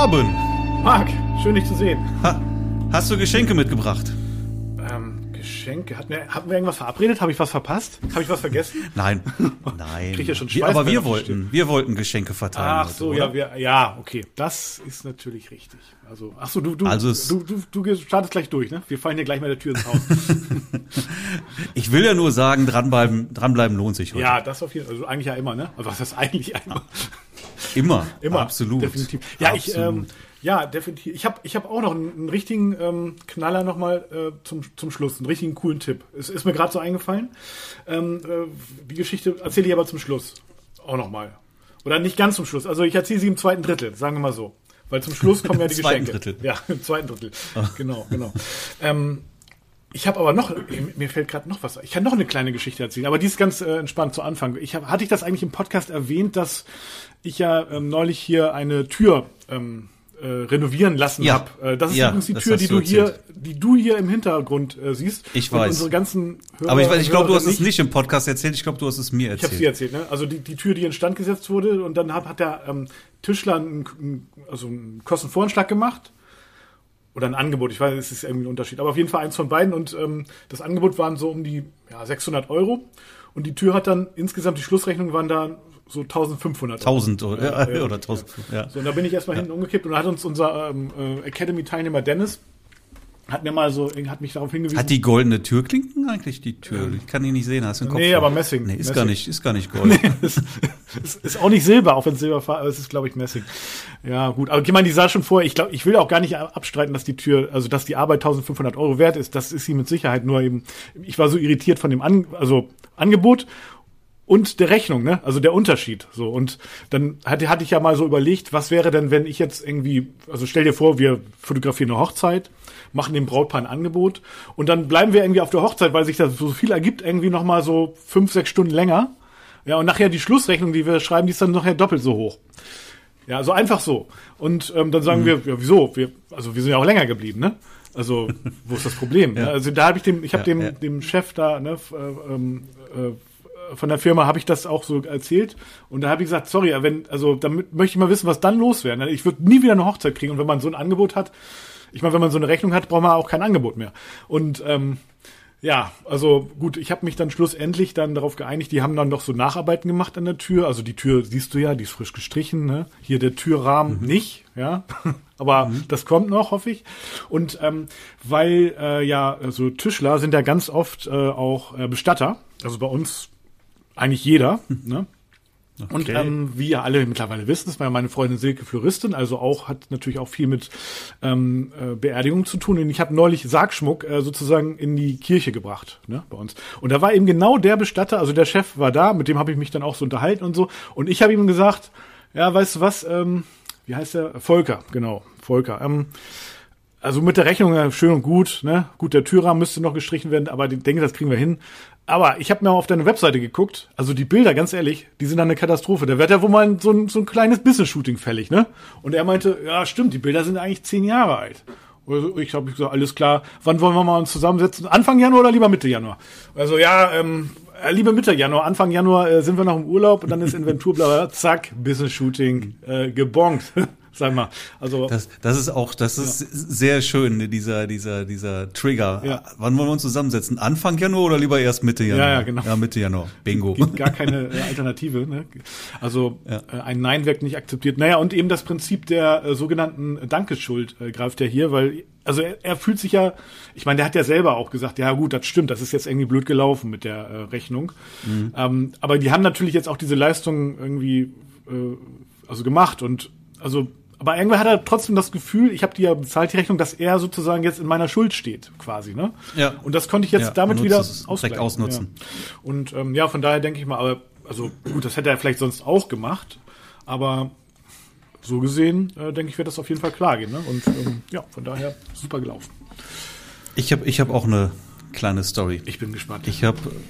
Torben! Marc, schön dich zu sehen. Hast du Geschenke mitgebracht? Geschenke? Hatten wir irgendwas verabredet? Habe ich was verpasst? Habe ich was vergessen? Nein. Krieg ja schon Schweiß, aber wir wollten Geschenke verteilen. Ach so, heute, ja, okay. Das ist natürlich richtig. Also, du startest gleich durch, ne? Wir fallen hier gleich mal der Tür ins Haus. Ich will ja nur sagen, dranbleiben lohnt sich heute. Ja, das auf jeden Fall. Also eigentlich ja immer, ne? Also was ist eigentlich immer? Immer. Absolut. Definitiv. Ja, Absolut. Definitiv. Ich hab auch noch einen richtigen Knaller nochmal zum Schluss, einen richtigen coolen Tipp. Ist mir gerade so eingefallen. Die Geschichte erzähle ich aber zum Schluss auch nochmal. Oder nicht ganz zum Schluss. Also ich erzähle sie im zweiten Drittel, sagen wir mal so. Weil zum Schluss kommen ja die Geschenke. Drittel. Ja, im zweiten Drittel. Genau. Ich habe aber noch, mir fällt gerade noch was. Ich kann noch eine kleine Geschichte erzählen, aber die ist ganz entspannt zu Anfang. Hatte ich das eigentlich im Podcast erwähnt, dass ich ja neulich hier eine Tür renovieren lassen habe. Das ist übrigens die Tür, die du hier im Hintergrund siehst. Ich weiß. Unsere ganzen Hörer, aber ich glaube, du hast es nicht im Podcast erzählt. Ich glaube, du hast es mir erzählt. Ich habe sie erzählt, ne? Also die Tür, die instand gesetzt wurde, und dann hat der Tischler einen Kostenvoranschlag gemacht. Oder ein Angebot, ich weiß, es ist irgendwie ein Unterschied. Aber auf jeden Fall eins von beiden. Und das Angebot waren so um die 600 €. Und die Tür hat dann insgesamt, die Schlussrechnung waren da so 1.500 €. 1.000 oder 1.000. Ja. So, und da bin ich erstmal hinten umgekippt, und da hat uns unser Academy-Teilnehmer Dennis hat mich darauf hingewiesen. Hat die goldene Türklinken eigentlich, die Tür? Ich kann die nicht sehen, hast du den Kopf? Nee, aber Messing. Nee, ist Messing. gar nicht Gold. Nee, ist auch nicht Silber, auch wenn es Silber war, aber es ist, glaube ich, Messing. Ja, gut. Aber ich meine, die sah schon vor, ich will auch gar nicht abstreiten, dass die Tür, also dass die Arbeit 1.500 € wert ist. Das ist sie mit Sicherheit, nur eben, ich war so irritiert von dem Angebot und der Rechnung, ne? Also der Unterschied. So. Und dann hatte ich ja mal so überlegt, was wäre denn, wenn ich jetzt irgendwie, also stell dir vor, wir fotografieren eine Hochzeit, machen dem Brautpaar ein Angebot, und dann bleiben wir irgendwie auf der Hochzeit, weil sich das so viel ergibt, irgendwie nochmal so 5-6 Stunden länger. Ja, und nachher die Schlussrechnung, die wir schreiben, die ist dann nachher doppelt so hoch. Ja, so einfach so. Und dann sagen wir, ja, wieso? Wir sind ja auch länger geblieben, ne? Also, wo ist das Problem? Ja. Also da habe ich dem Chef da, ne, von der Firma habe ich das auch so erzählt, und da habe ich gesagt, sorry, damit möchte ich mal wissen, was dann los wäre. Ich würde nie wieder eine Hochzeit kriegen, und wenn man so ein Angebot hat, ich meine, wenn man so eine Rechnung hat, braucht man auch kein Angebot mehr. Und ja, also gut, ich habe mich dann schlussendlich dann darauf geeinigt, die haben dann doch so Nacharbeiten gemacht an der Tür. Also die Tür, siehst du ja, die ist frisch gestrichen, ne? Hier der Türrahmen nicht, ja. Aber das kommt noch, hoffe ich. Und weil so Tischler sind ja ganz oft auch Bestatter. Also bei uns eigentlich jeder, ne? Okay. Und wie ihr alle mittlerweile wisst, das war ja meine Freundin Silke Floristin, also hat natürlich auch viel mit Beerdigung zu tun. Und ich habe neulich Sargschmuck sozusagen in die Kirche gebracht, ne, bei uns. Und da war eben genau der Bestatter, also der Chef war da, mit dem habe ich mich dann auch so unterhalten und so. Und ich habe ihm gesagt, ja, weißt du was, wie heißt der? Volker, genau, Volker. Also mit der Rechnung schön und gut, ne? Gut, der Türrahmen müsste noch gestrichen werden, aber ich denke, das kriegen wir hin. Aber ich habe mir auf deine Webseite geguckt, also die Bilder, ganz ehrlich, die sind dann eine Katastrophe. Da wird ja wohl mal so ein kleines Business-Shooting fällig, ne? Und er meinte, ja stimmt, die Bilder sind eigentlich 10 Jahre alt. Also ich habe gesagt, alles klar, wann wollen wir mal uns zusammensetzen? Anfang Januar oder lieber Mitte Januar? Also ja, lieber Mitte Januar. Anfang Januar sind wir noch im Urlaub, und dann ist Inventur, bla bla, zack, Business-Shooting, gebongt. Sag mal, also. Das ist sehr schön, dieser Trigger. Ja. Wann wollen wir uns zusammensetzen? Anfang Januar oder lieber erst Mitte Januar? Ja, genau. Ja, Mitte Januar. Bingo. Gibt gar keine Alternative, ne? Also, ein Nein wird nicht akzeptiert. Naja, und eben das Prinzip der sogenannten Dankeschuld greift ja hier, weil, also er fühlt sich ja, ich meine, der hat ja selber auch gesagt, ja gut, das stimmt, das ist jetzt irgendwie blöd gelaufen mit der Rechnung. Mhm. Aber die haben natürlich jetzt auch diese Leistung irgendwie, gemacht, und, aber irgendwann hat er trotzdem das Gefühl, ich habe die ja bezahlt, die Rechnung, dass er sozusagen jetzt in meiner Schuld steht, quasi, ne? Ja. Und das konnte ich jetzt damit wieder ausnutzen. Ja. Und von daher denke ich mal, aber, also gut, das hätte er vielleicht sonst auch gemacht, aber so gesehen, denke ich, wird das auf jeden Fall klar gehen, ne? Und von daher super gelaufen. Ich hab auch eine kleine Story. Ich bin gespannt. Ich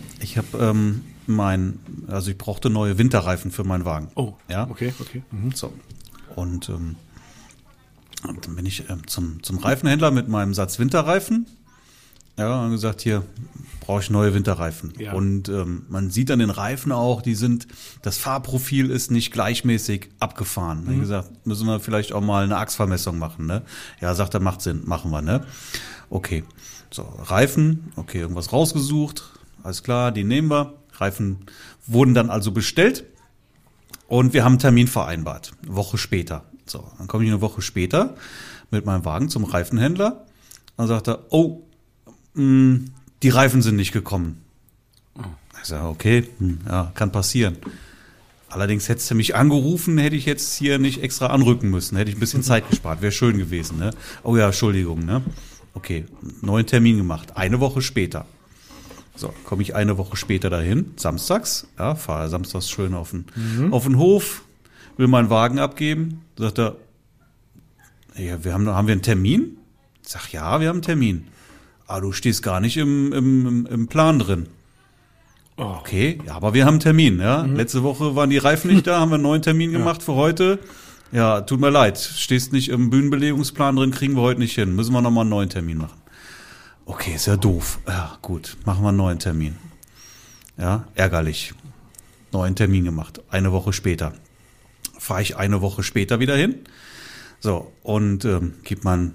brauchte neue Winterreifen für meinen Wagen. Oh, ja? Okay. Mhm. So. Und dann bin ich zum Reifenhändler mit meinem Satz Winterreifen. Ja, und gesagt, hier, brauche ich neue Winterreifen. Ja. Und man sieht an den Reifen auch, das Fahrprofil ist nicht gleichmäßig abgefahren. Ich gesagt, müssen wir vielleicht auch mal eine Achsvermessung machen, ne? Ja, sagt er, macht Sinn, machen wir, ne? Okay, so, Reifen, okay, irgendwas rausgesucht, alles klar, die nehmen wir. Reifen wurden dann also bestellt und wir haben einen Termin vereinbart, eine Woche später. So, dann komme ich eine Woche später mit meinem Wagen zum Reifenhändler. Dann sagt er, die Reifen sind nicht gekommen. Ich sage, okay, ja, kann passieren. Allerdings hättest du mich angerufen, hätte ich jetzt hier nicht extra anrücken müssen, hätte ich ein bisschen Zeit gespart, wäre schön gewesen, ne? Oh ja, Entschuldigung, ne? Okay, neuen Termin gemacht, eine Woche später. So, komme ich eine Woche später dahin, samstags, ja, fahre samstags schön auf den Hof, will meinen Wagen abgeben, sagt er, ja, haben wir einen Termin? Ich sag, ja, wir haben einen Termin. Aber du stehst gar nicht im Plan drin. Oh. Okay, ja, aber wir haben einen Termin, ja. Letzte Woche waren die Reifen nicht da, haben wir einen neuen Termin gemacht für heute. Ja, tut mir leid, stehst nicht im Bühnenbelegungsplan drin, kriegen wir heute nicht hin. Müssen wir nochmal einen neuen Termin machen. Okay, ist ja doof. Ja, gut, machen wir einen neuen Termin. Ja, ärgerlich. Neuen Termin gemacht, eine Woche später. Fahre ich eine Woche später wieder hin. So, und gib meinen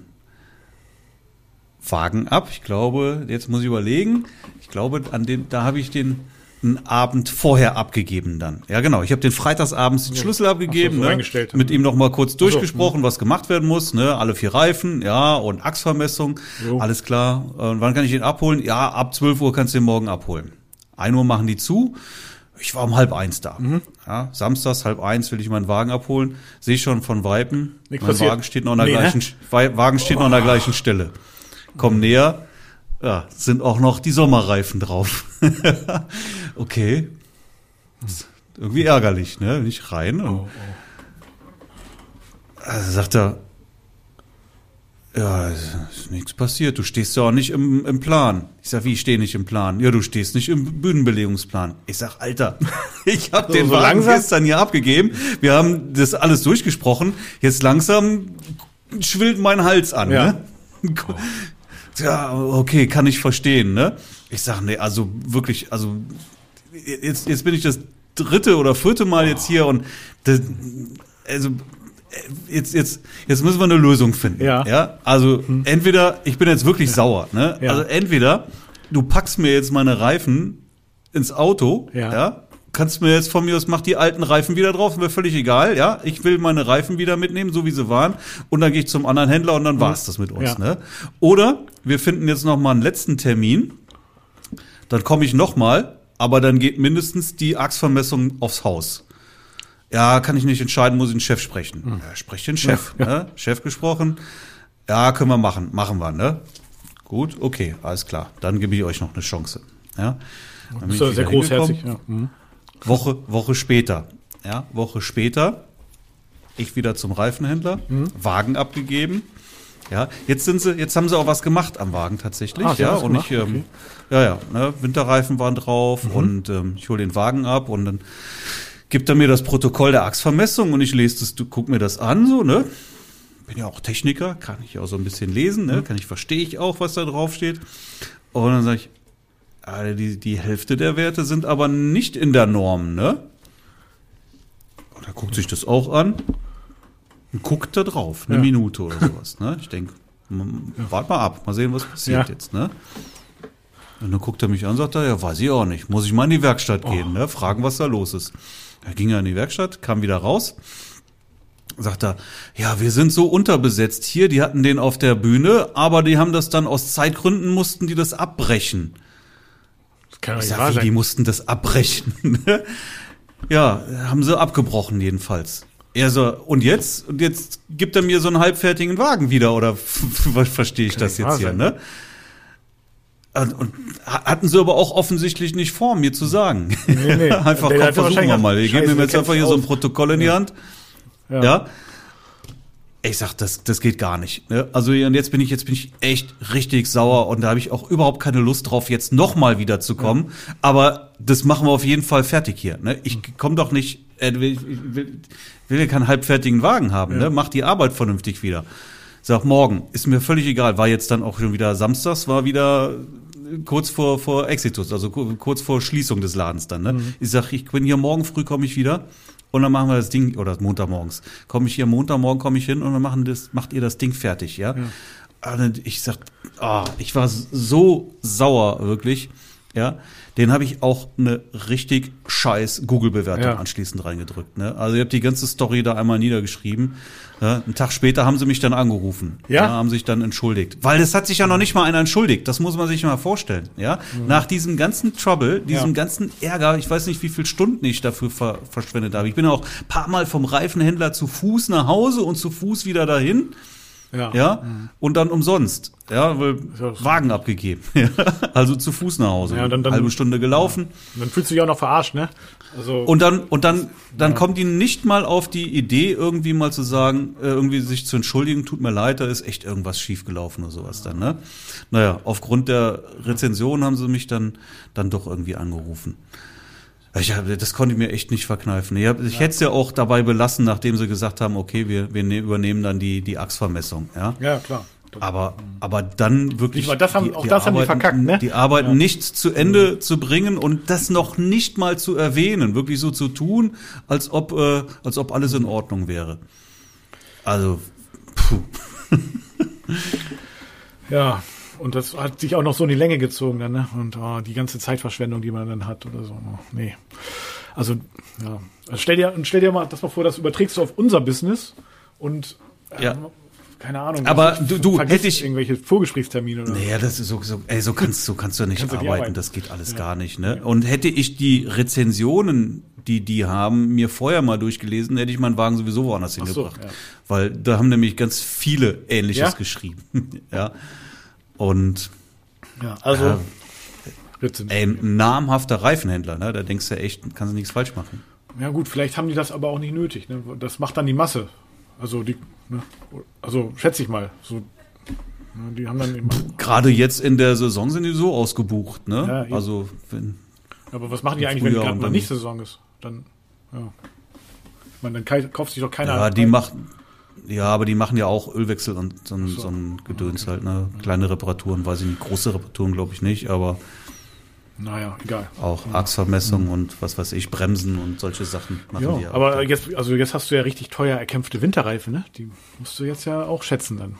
Wagen ab. Ich glaube, jetzt muss ich überlegen. Ich glaube, da habe ich den einen Abend vorher abgegeben dann. Ja, genau. Ich habe den freitagsabends den Schlüssel abgegeben, so, ne? Mit ihm noch mal kurz durchgesprochen, was gemacht werden muss, ne? Alle 4 Reifen, ja, und Achsvermessung. Alles klar. Wann kann ich den abholen? Ja, ab 12 Uhr kannst du den morgen abholen. 1 Uhr machen die zu. Ich war um 12:30 da. Ja, samstags 12:30 will ich meinen Wagen abholen. Sehe schon von Weitem. Mein Wagen steht noch an der gleichen Stelle. Komm näher. Ja, sind auch noch die Sommerreifen drauf. Okay. Ist irgendwie ärgerlich, ne? Nicht rein. Und also sagt er, ja, ist nichts passiert. Du stehst ja auch nicht im Plan. Ich sag, wie, ich stehe nicht im Plan? Ja, du stehst nicht im Bühnenbelegungsplan. Ich sag, Alter, ich habe den Wagen gestern hier abgegeben. Wir haben das alles durchgesprochen. Jetzt langsam schwillt mein Hals an, ne? Ja, okay, kann ich verstehen, ne? Ich sag, nee, also wirklich, also jetzt bin ich das 3. oder 4. Mal jetzt hier und das, also jetzt müssen wir eine Lösung finden. Ja? Also entweder, ich bin jetzt wirklich sauer, ne? Ja. Also entweder du packst mir jetzt meine Reifen ins Auto, ja? Kannst mir jetzt von mir aus, mach die alten Reifen wieder drauf, wäre völlig egal, ja. Ich will meine Reifen wieder mitnehmen, so wie sie waren. Und dann gehe ich zum anderen Händler und dann war's das mit uns, ne. Oder wir finden jetzt noch mal einen letzten Termin. Dann komme ich noch mal, aber dann geht mindestens die Achsvermessung aufs Haus. Ja, kann ich nicht entscheiden, muss ich den Chef sprechen. Ja, sprech den Chef, ne. Chef gesprochen. Ja, können wir machen wir, ne. Gut, okay, alles klar. Dann gebe ich euch noch eine Chance, ja. Dann bin ich sehr großherzig, ja. Woche später, ich wieder zum Reifenhändler, Wagen abgegeben, ja, jetzt haben sie auch was gemacht am Wagen tatsächlich, und ich, ne, Winterreifen waren drauf und ich hole den Wagen ab und dann gibt er mir das Protokoll der Achsvermessung und ich guck mir das an, so, ne, bin ja auch Techniker, kann ich auch so ein bisschen lesen, ne, verstehe ich auch, was da drauf steht und dann sage ich, die Hälfte der Werte sind aber nicht in der Norm, ne? Und er guckt sich das auch an und guckt da drauf, eine Minute oder sowas, ne? Ich denke, warte mal ab, mal sehen, was passiert jetzt, ne? Und dann guckt er mich an und sagt, ja, weiß ich auch nicht, muss ich mal in die Werkstatt gehen, ne? Fragen, was da los ist. Er ging in die Werkstatt, kam wieder raus, sagt er, ja, wir sind so unterbesetzt hier, die hatten den auf der Bühne, aber die haben das dann aus Zeitgründen, mussten die das abbrechen. Ich sag, die mussten das abbrechen. Ja, haben sie abgebrochen jedenfalls. Er so, und jetzt gibt er mir so einen halbfertigen Wagen wieder, oder was verstehe ich das jetzt hier, ne? Und hatten sie aber auch offensichtlich nicht vor, mir zu sagen. Nee. Einfach, komm, versuchen wir mal. Wir geben ihm jetzt einfach hier so ein Protokoll in die Hand. Ja. Ich sag, das geht gar nicht. Ne? Also und jetzt bin ich echt richtig sauer und da habe ich auch überhaupt keine Lust drauf, jetzt nochmal wiederzukommen. Ja. Aber das machen wir auf jeden Fall fertig hier. Ne? Ich komme doch nicht, will ja keinen halbfertigen Wagen haben. Ne? Mach die Arbeit vernünftig wieder. Sag, morgen, ist mir völlig egal. War jetzt dann auch schon wieder samstags, war wieder kurz vor Exitus, also kurz vor Schließung des Ladens dann. Ne? Ich sag, ich bin hier morgen früh, komme ich wieder und dann machen wir das Ding, oder Montagmorgens, Montagmorgen komme ich hin und dann macht ihr das Ding fertig, ja. Und ich sag, ich war so sauer, wirklich. Ja, den habe ich auch eine richtig scheiß Google-Bewertung anschließend reingedrückt. Ne? Also ich habe die ganze Story da einmal niedergeschrieben. Ja? Einen Tag später haben sie mich dann angerufen. Ja? Haben sich dann entschuldigt. Weil es hat sich ja noch nicht mal einer entschuldigt. Das muss man sich mal vorstellen. Ja, nach diesem ganzen Trouble, diesem ganzen Ärger, ich weiß nicht, wie viele Stunden ich dafür verschwendet habe. Ich bin auch ein paar Mal vom Reifenhändler zu Fuß nach Hause und zu Fuß wieder dahin. Und dann umsonst, weil Wagen abgegeben, also zu Fuß nach Hause, dann halbe Stunde gelaufen. Dann fühlst du dich auch noch verarscht, ne? Also und dann kommt ihnen nicht mal auf die Idee, irgendwie mal zu sagen, irgendwie sich zu entschuldigen, tut mir leid, da ist echt irgendwas schiefgelaufen oder sowas dann, ne? Naja, aufgrund der Rezension haben sie mich dann doch irgendwie angerufen. Das konnte ich mir echt nicht verkneifen. Ich hätte es ja auch dabei belassen, nachdem sie gesagt haben, okay, wir übernehmen dann die Achsvermessung. Ja, klar. Aber dann wirklich haben die verkackt, ne? Die Arbeit nicht zu Ende zu bringen und das noch nicht mal zu erwähnen, wirklich so zu tun, als ob alles in Ordnung wäre. Also, Ja, und das hat sich auch noch so in die Länge gezogen dann, ne? Und die ganze Zeitverschwendung, die man dann hat oder so. Nee. Also, ja. Also stell dir mal das mal vor, das überträgst du auf unser Business und keine Ahnung. Aber du hätte ich irgendwelche Vorgesprächstermine oder? Naja, das ist so kannst du nicht arbeiten. Das geht alles gar nicht, ne? Ja. Und hätte ich die Rezensionen, die haben, mir vorher mal durchgelesen, hätte ich meinen Wagen sowieso woanders hingebracht. Ja. Weil da haben nämlich ganz viele Ähnliches geschrieben. Ja. Und also ein namhafter Reifenhändler, ne? Da denkst du echt, kannst du nichts falsch machen. Ja gut, vielleicht haben die das aber auch nicht nötig. Ne? Das macht dann die Masse. Also schätze ich mal. So, die haben dann gerade jetzt in der Saison sind die so ausgebucht, ne? Ja, also aber was machen die eigentlich, wenn gerade mal nicht Saison ist? Dann ich meine, dann kauft sich doch keiner. Aber die machen ja auch Ölwechsel und so ein Gedöns halt, ne? Kleine Reparaturen, weiß ich nicht, große Reparaturen glaube ich nicht, aber naja, egal. Auch Achsvermessung und was weiß ich, Bremsen und solche Sachen machen die ja. Aber jetzt hast du ja richtig teuer erkämpfte Winterreifen, ne? Die musst du jetzt ja auch schätzen dann.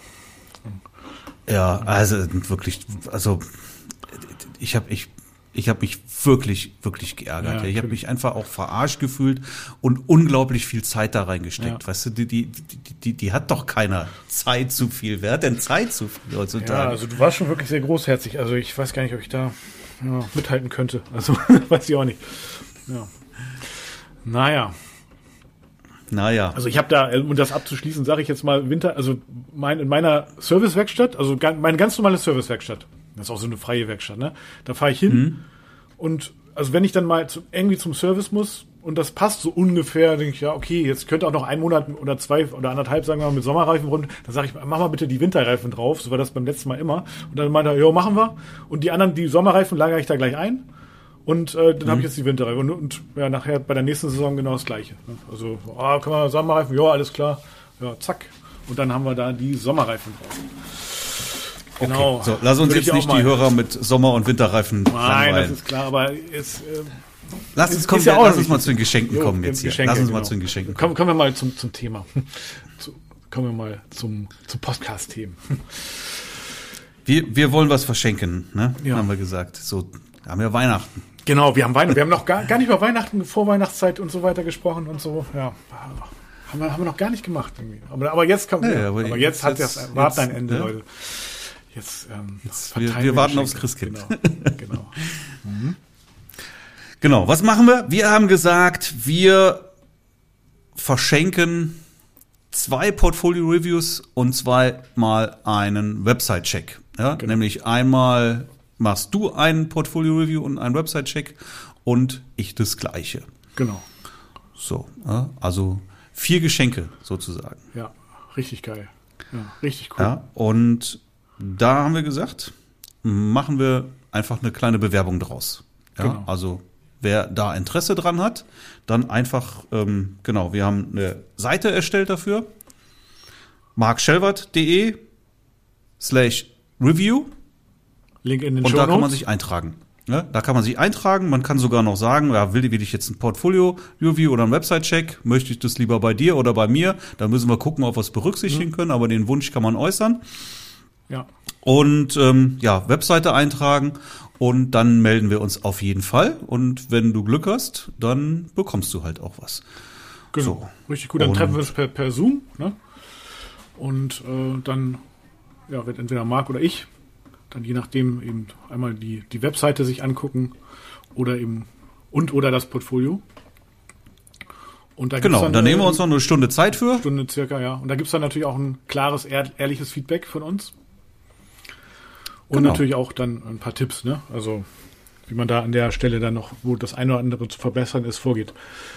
Ja, also wirklich, also ich habe mich wirklich, wirklich geärgert. Ja, ich habe mich einfach auch verarscht gefühlt und unglaublich viel Zeit da reingesteckt. Ja. Weißt du, die hat doch keiner Zeit zu viel. Wer hat denn Zeit zu viel heutzutage? Ja, also du warst schon wirklich sehr großherzig. Also ich weiß gar nicht, ob ich da mithalten könnte. Also weiß ich auch nicht. Ja. Naja. Also ich habe da, um das abzuschließen, sage ich jetzt mal in meiner Servicewerkstatt, also meine ganz normale Servicewerkstatt, das ist auch so eine freie Werkstatt, ne? Da fahre ich hin und also wenn ich dann mal irgendwie zum Service muss und das passt so ungefähr, denke ich, ja okay, jetzt könnte auch noch 1 Monat oder 2 oder 1,5, sagen wir mal, mit Sommerreifen rund, dann sage ich, mach mal bitte die Winterreifen drauf, so war das beim letzten Mal immer. Und dann meinte er, jo, machen wir. Und die Sommerreifen lagere ich da gleich ein. Und dann habe ich jetzt die Winterreifen. Und nachher bei der nächsten Saison genau das Gleiche. Also, kann man Sommerreifen? Ja, alles klar. Ja, zack. Und dann haben wir da die Sommerreifen drauf. Genau. Okay. So, lass uns jetzt nicht die Hörer mit Sommer- und Winterreifen Nein, das ist klar, aber jetzt lass uns mal zu den Geschenken kommen jetzt hier. Lass uns mal zu den Geschenken kommen. Kommen wir mal zum Thema. Kommen wir mal zum Podcast-Themen. Wir wollen was verschenken, ne? Ja. Haben wir gesagt. So, haben wir Weihnachten. Genau, wir haben Weihnachten. Wir haben noch gar nicht über Weihnachten, Vorweihnachtszeit und so weiter gesprochen und so. Ja, haben wir noch gar nicht gemacht irgendwie. Aber jetzt kommt aber jetzt hat das ein Ende, Leute. Jetzt wir warten aufs Christkind. Genau. Genau, was machen wir? Wir haben gesagt, wir verschenken 2 Portfolio-Reviews und 2-mal einen Website-Check. Ja? Genau. Nämlich einmal machst du einen Portfolio-Review und einen Website-Check und ich das Gleiche. Genau. So, also 4 Geschenke sozusagen. Ja, richtig geil. Ja, richtig cool. Ja, und da haben wir gesagt, machen wir einfach eine kleine Bewerbung draus. Ja, genau. Also wer da Interesse dran hat, dann einfach, wir haben eine Seite erstellt dafür, markschellwert.de/review Link in den Und Shownotes. da kann man sich eintragen. Ja, da kann man sich eintragen. Man kann sogar noch sagen, ja, will ich jetzt ein Portfolio-Review oder ein Website-Check? Möchte ich das lieber bei dir oder bei mir? Da müssen wir gucken, ob wir es berücksichtigen können. Aber den Wunsch kann man äußern. Ja. Und Webseite eintragen. Und dann melden wir uns auf jeden Fall. Und wenn du Glück hast, dann bekommst du halt auch was. Genau, so. Richtig gut. Dann treffen wir uns per Zoom. Ne? Und dann wird entweder Marc oder ich dann je nachdem eben einmal die Webseite sich angucken oder eben oder das Portfolio. Und da genau, dann nehmen wir uns noch eine Stunde Zeit für. Stunde circa, ja. Und da gibt's dann natürlich auch ein klares, ehrliches Feedback von uns. Und natürlich auch dann ein paar Tipps, ne? Also wie man da an der Stelle dann noch, wo das eine oder andere zu verbessern ist, vorgeht.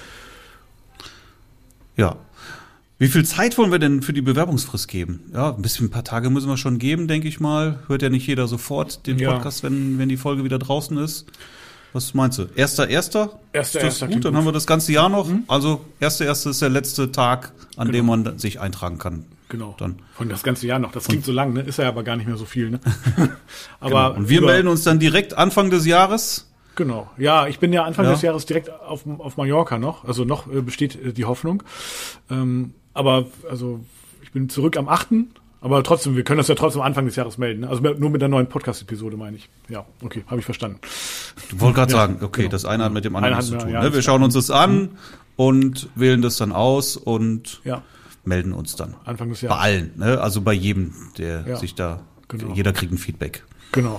Ja. Wie viel Zeit wollen wir denn für die Bewerbungsfrist geben? Ja, ein paar Tage müssen wir schon geben, denke ich mal. Hört ja nicht jeder sofort den Podcast, wenn die Folge wieder draußen ist. Was meinst du? 1.1.? Ist das gut? Dann haben wir das ganze Jahr noch. Also 1.1. ist der letzte Tag, an dem man sich eintragen kann. Genau. Dann. Von das ganze Jahr noch. Das klingt so lang, ne? Ist ja aber gar nicht mehr so viel, ne? Aber genau. Und wir melden uns dann direkt Anfang des Jahres. Genau. Ja, ich bin ja Anfang des Jahres direkt auf Mallorca noch. Also noch besteht die Hoffnung. Aber also ich bin zurück am 8. Aber trotzdem, wir können das ja trotzdem Anfang des Jahres melden. Ne? Also nur mit der neuen Podcast-Episode, meine ich. Ja, okay, habe ich verstanden. Du wolltest gerade sagen, okay, genau. Das eine hat mit dem anderen zu tun. Ja, ne? Wir schauen uns das an und wählen das dann aus und melden uns dann. Anfang des Jahres. Bei allen, ne? Also bei jedem, der sich da, jeder kriegt ein Feedback. Genau.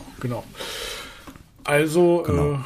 Also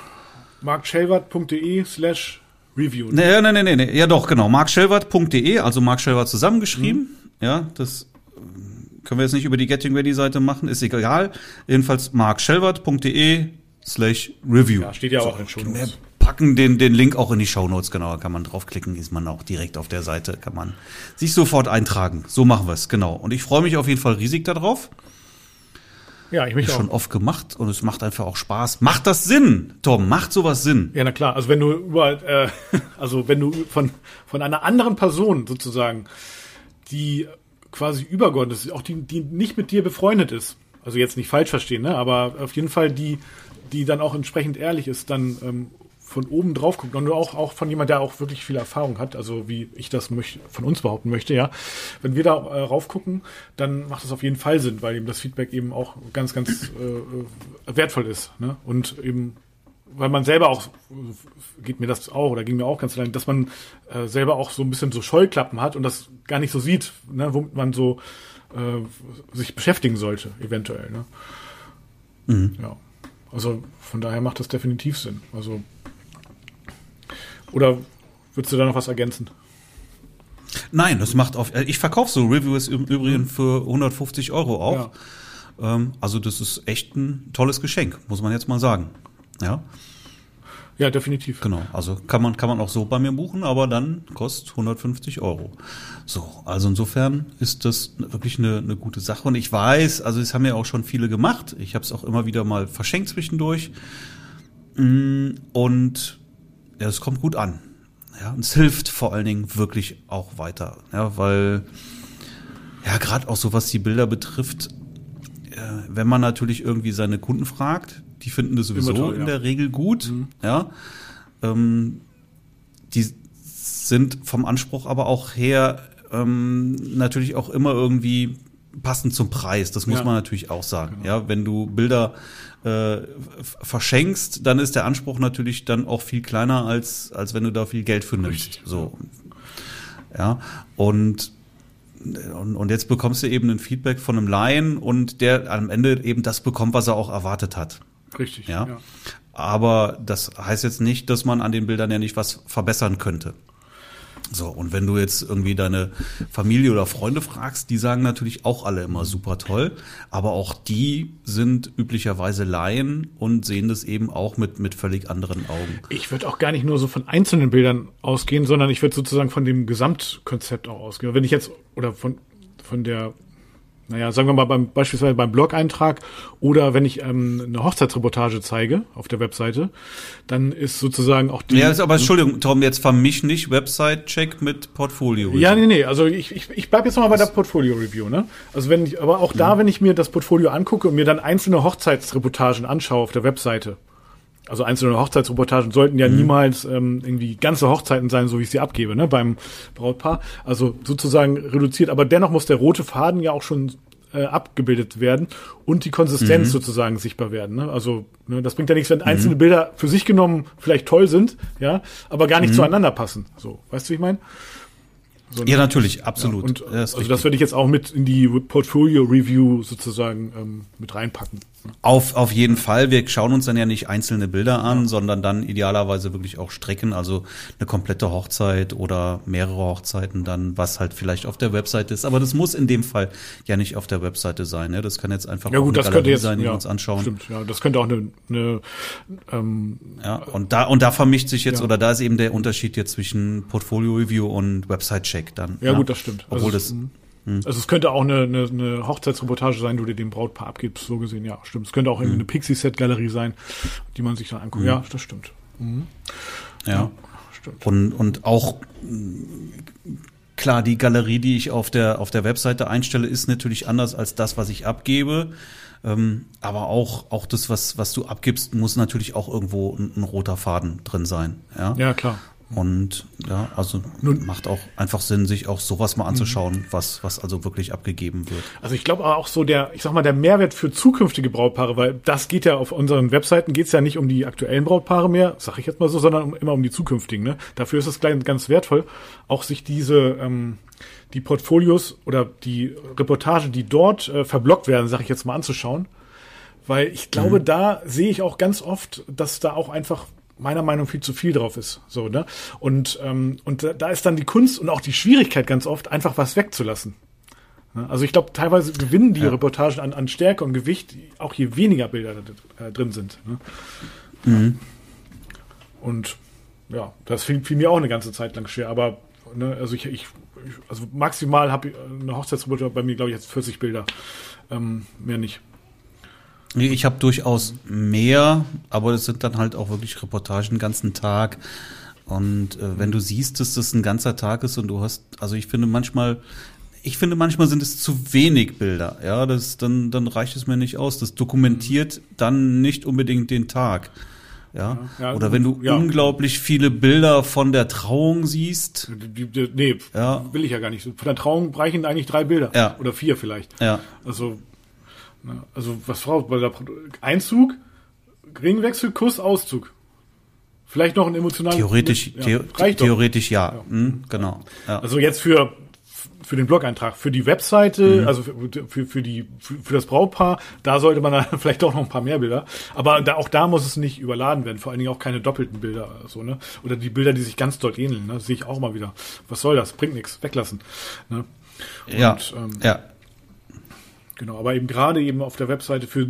markschellwart.de/review. Nee. Ja doch, genau. markschellwart.de, also Mark Schellwart zusammengeschrieben. Ja, das können wir jetzt nicht über die Getting Ready Seite machen, ist egal. Jedenfalls markschellwart.de/review. Ja, steht ja auch in den Shownotes. Wir packen den Link auch in die Shownotes, genau. Da kann man draufklicken, ist man auch direkt auf der Seite, kann man sich sofort eintragen. So machen wir es, genau. Und ich freue mich auf jeden Fall riesig darauf. Ja, ich mich auch. Schon oft gemacht und es macht einfach auch Spaß. Macht das Sinn, Tom? Macht sowas Sinn? Ja, na klar. Also wenn du wenn du von einer anderen Person sozusagen, die quasi übergeordnet ist, auch die nicht mit dir befreundet ist, also jetzt nicht falsch verstehen, ne, aber auf jeden Fall die dann auch entsprechend ehrlich ist, dann von oben drauf guckt und auch von jemand, der auch wirklich viel Erfahrung hat, also wie ich das von uns behaupten möchte, ja. Wenn wir da rauf gucken, dann macht das auf jeden Fall Sinn, weil eben das Feedback eben auch ganz, ganz wertvoll ist, ne? Und eben, weil man selber auch, ging mir auch ganz lang, dass man selber auch so ein bisschen so Scheuklappen hat und das gar nicht so sieht, ne, womit man so sich beschäftigen sollte, eventuell, ne? Mhm. Ja. Also von daher macht das definitiv Sinn. Also oder würdest du da noch was ergänzen? Nein, das macht ich verkaufe so Reviews im Übrigen für 150 € auch. Ja. Also das ist echt ein tolles Geschenk, muss man jetzt mal sagen. Ja. Ja, definitiv. Genau, also kann man auch so bei mir buchen, aber dann kostet 150 €. So, also insofern ist das wirklich eine gute Sache. Und ich weiß, also es haben ja auch schon viele gemacht. Ich habe es auch immer wieder mal verschenkt zwischendurch. Und ja, es kommt gut an. Ja, und es hilft vor allen Dingen wirklich auch weiter. Ja, weil, ja, gerade auch so, was die Bilder betrifft, wenn man natürlich irgendwie seine Kunden fragt, die finden das sowieso toll, in der Regel gut. Mhm. Ja, die sind vom Anspruch aber auch her natürlich auch immer irgendwie passend zum Preis. Das muss man natürlich auch sagen. Genau. Ja, wenn du Bilder verschenkst, dann ist der Anspruch natürlich dann auch viel kleiner, als wenn du da viel Geld für nimmst. Richtig. So. Ja, und jetzt bekommst du eben ein Feedback von einem Laien und der am Ende eben das bekommt, was er auch erwartet hat. Richtig. Ja. Aber das heißt jetzt nicht, dass man an den Bildern ja nicht was verbessern könnte. So, und wenn du jetzt irgendwie deine Familie oder Freunde fragst, die sagen natürlich auch alle immer super toll, aber auch die sind üblicherweise Laien und sehen das eben auch mit völlig anderen Augen. Ich würde auch gar nicht nur so von einzelnen Bildern ausgehen, sondern ich würde sozusagen von dem Gesamtkonzept auch ausgehen. Wenn ich jetzt, oder von der naja, sagen wir mal beispielsweise beim Blog-Eintrag oder wenn ich eine Hochzeitsreportage zeige auf der Webseite, dann ist sozusagen auch die... Ja, aber Entschuldigung, Tom, jetzt vermisch nicht Website-Check mit Portfolio-Review. Ja, nee, also ich bleib jetzt nochmal bei der Portfolio-Review, ne? Also aber auch da, wenn ich mir das Portfolio angucke und mir dann einzelne Hochzeitsreportagen anschaue auf der Webseite, also einzelne Hochzeitsreportagen sollten ja niemals irgendwie ganze Hochzeiten sein, so wie ich sie abgebe, ne, beim Brautpaar. Also sozusagen reduziert, aber dennoch muss der rote Faden ja auch schon abgebildet werden und die Konsistenz sozusagen sichtbar werden. Ne? Also ne, das bringt ja nichts, wenn einzelne Bilder für sich genommen vielleicht toll sind, ja, aber gar nicht zueinander passen. So, weißt du, wie ich meine? So, ja, natürlich, absolut. Ja, und das würde ich jetzt auch mit in die Portfolio-Review sozusagen mit reinpacken. Auf jeden Fall. Wir schauen uns dann ja nicht einzelne Bilder an, sondern dann idealerweise wirklich auch Strecken, also eine komplette Hochzeit oder mehrere Hochzeiten dann, was halt vielleicht auf der Webseite ist. Aber das muss in dem Fall ja nicht auf der Webseite sein. Ne? Das kann jetzt einfach auch eine Galerie sein, die wir uns anschauen. Stimmt, ja, das könnte auch eine ja, und da vermischt sich jetzt, oder da ist eben der Unterschied jetzt zwischen Portfolio-Review und Website-Check dann. Ja, gut, das stimmt. Obwohl also es könnte auch eine Hochzeitsreportage sein, die du dir dem Brautpaar abgibst, so gesehen, ja, stimmt. Es könnte auch eine Pixie-Set-Galerie sein, die man sich dann anguckt. Ja, das stimmt. Ja, stimmt. Und auch klar, die Galerie, die ich auf der Webseite einstelle, ist natürlich anders als das, was ich abgebe. Aber auch das, was du abgibst, muss natürlich auch irgendwo ein roter Faden drin sein. Ja, klar. Und ja, also macht auch einfach Sinn, sich auch sowas mal anzuschauen, was also wirklich abgegeben wird. Also ich glaube auch so der Mehrwert für zukünftige Brautpaare, weil das geht ja auf unseren Webseiten, geht's ja nicht um die aktuellen Brautpaare mehr, sag ich jetzt mal so, sondern immer um die zukünftigen. Ne? Dafür ist es ganz wertvoll, auch sich die Portfolios oder die Reportage, die dort verblockt werden, sag ich jetzt mal, anzuschauen. Weil ich glaube, da sehe ich auch ganz oft, dass da auch einfach meiner Meinung nach viel zu viel drauf ist, so, ne? Und da ist dann die Kunst und auch die Schwierigkeit ganz oft, einfach was wegzulassen. Also ich glaube, teilweise gewinnen die Reportagen an Stärke und Gewicht, auch je weniger Bilder drin sind. Ne? Und ja, das fiel mir auch eine ganze Zeit lang schwer, aber ne, also also maximal habe ich eine Hochzeitsreportage bei mir, glaube ich, jetzt 40 Bilder, mehr nicht. Ich habe durchaus mehr, aber das sind dann halt auch wirklich Reportagen den ganzen Tag. Und wenn du siehst, dass das ein ganzer Tag ist und du hast, also ich finde manchmal sind es zu wenig Bilder. Ja, dann reicht es mir nicht aus. Das dokumentiert dann nicht unbedingt den Tag. Ja. Oder wenn du unglaublich viele Bilder von der Trauung siehst. Nee, will ich ja gar nicht. Von der Trauung reichen eigentlich 3 Bilder. Ja. Oder 4 vielleicht. Ja. Also was braucht man da? Einzug, Ringwechsel, Kuss, Auszug. Vielleicht noch ein emotionales... Theoretisch ja. Genau. Ja. Also jetzt für den Blog-Eintrag, für die Webseite, also für das Brautpaar, da sollte man dann vielleicht auch noch ein paar mehr Bilder. Aber auch da muss es nicht überladen werden, vor allen Dingen auch keine doppelten Bilder, so, ne? Oder die Bilder, die sich ganz dort ähneln, ne? Das sehe ich auch mal wieder. Was soll das? Bringt nichts, weglassen. Ne? Und, ja. Genau, aber eben gerade eben auf der Webseite für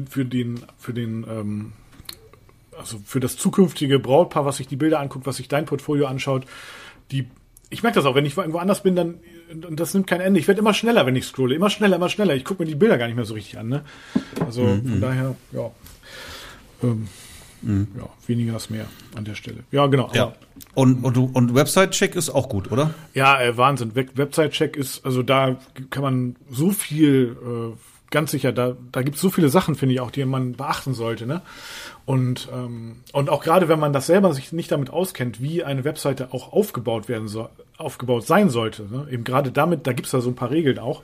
das zukünftige Brautpaar, was sich die Bilder anguckt, was sich dein Portfolio anschaut, ich merke das auch, wenn ich irgendwo anders bin, dann, und das nimmt kein Ende. Ich werde immer schneller, wenn ich scrolle, immer schneller. Ich gucke mir die Bilder gar nicht mehr so richtig an, ne? Also von daher, weniger ist mehr an der Stelle. Ja, genau. Ja. Und Website-Check ist auch gut, oder? Ja, Wahnsinn. Website-Check ist, also da kann man so viel, ganz sicher, da gibt es so viele Sachen, finde ich auch, die man beachten sollte, ne? Und auch gerade, wenn man das selber sich nicht damit auskennt, wie eine Webseite auch aufgebaut sein sollte, ne? Eben gerade damit, da gibt es da so ein paar Regeln auch,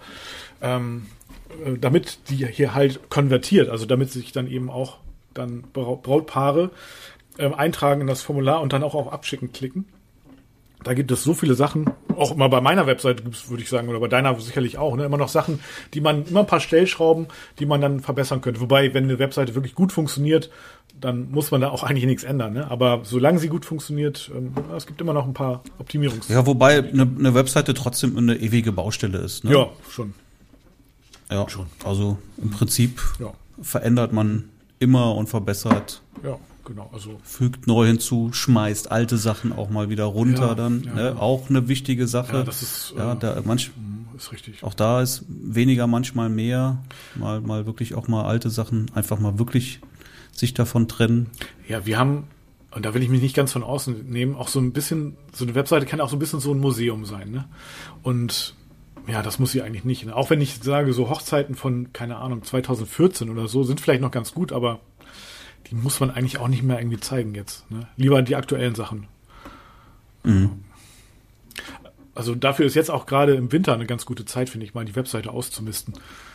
damit die hier halt konvertiert, also damit sich dann eben auch dann Brautpaare eintragen in das Formular und dann auch auf Abschicken klicken. Da gibt es so viele Sachen, auch immer bei meiner Webseite würde ich sagen, oder bei deiner sicherlich auch, ne, immer noch Sachen, immer ein paar Stellschrauben, die man dann verbessern könnte. Wobei, wenn eine Webseite wirklich gut funktioniert, dann muss man da auch eigentlich nichts ändern, ne? Aber solange sie gut funktioniert, es gibt immer noch ein paar Optimierungs. Ja, wobei eine Webseite trotzdem eine ewige Baustelle ist, ne? Ja, schon. Ja, schon. Also im Prinzip verändert man immer und verbessert. Ja. Genau, also fügt neu hinzu, schmeißt alte Sachen auch mal wieder runter, ne? Auch eine wichtige Sache. Ja, das ist ist richtig. Auch da ist weniger manchmal mehr, mal wirklich auch mal alte Sachen, einfach mal wirklich sich davon trennen. Ja, wir haben, und da will ich mich nicht ganz von außen nehmen, auch so ein bisschen, so eine Webseite kann auch so ein bisschen so ein Museum sein, ne? Und ja, das muss sie eigentlich nicht. Ne? Auch wenn ich sage, so Hochzeiten von, keine Ahnung, 2014 oder so, sind vielleicht noch ganz gut, aber die muss man eigentlich auch nicht mehr irgendwie zeigen jetzt. Ne? Lieber die aktuellen Sachen. Mhm. Also dafür ist jetzt auch gerade im Winter eine ganz gute Zeit, finde ich, mal die Webseite auszumisten.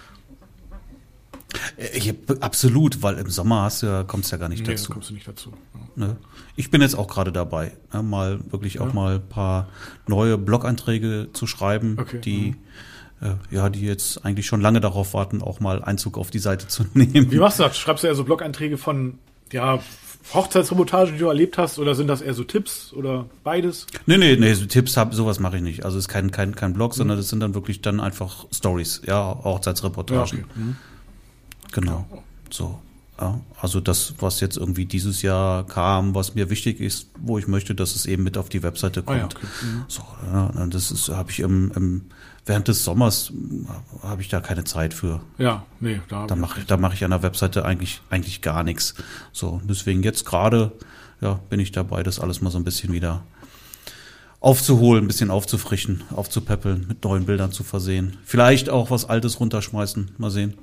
Absolut, weil im Sommer kommst du ja gar nicht dazu. Da kommst du nicht dazu. Ja. Ne? Ich bin jetzt auch gerade dabei, mal wirklich auch mal ein paar neue Blog-Einträge zu schreiben, die jetzt eigentlich schon lange darauf warten, auch mal Einzug auf die Seite zu nehmen. Wie machst du das? Schreibst du eher so Blog-Einträge von Hochzeitsreportagen, die du erlebt hast, oder sind das eher so Tipps oder beides? Nee, so Tipps sowas mache ich nicht. Also es ist kein Blog, sondern das sind dann wirklich dann einfach Stories, Hochzeitsreportagen. Ja, okay. Genau. So. Ja, also das, was jetzt irgendwie dieses Jahr kam, was mir wichtig ist, wo ich möchte, dass es eben mit auf die Webseite kommt. So, das habe ich während des Sommers habe ich da keine Zeit für. Ja, nee, da mache ich an der Webseite eigentlich gar nichts. So, deswegen jetzt gerade bin ich dabei, das alles mal so ein bisschen wieder aufzuholen, ein bisschen aufzufrischen, aufzupäppeln, mit neuen Bildern zu versehen. Vielleicht auch was Altes runterschmeißen, mal sehen.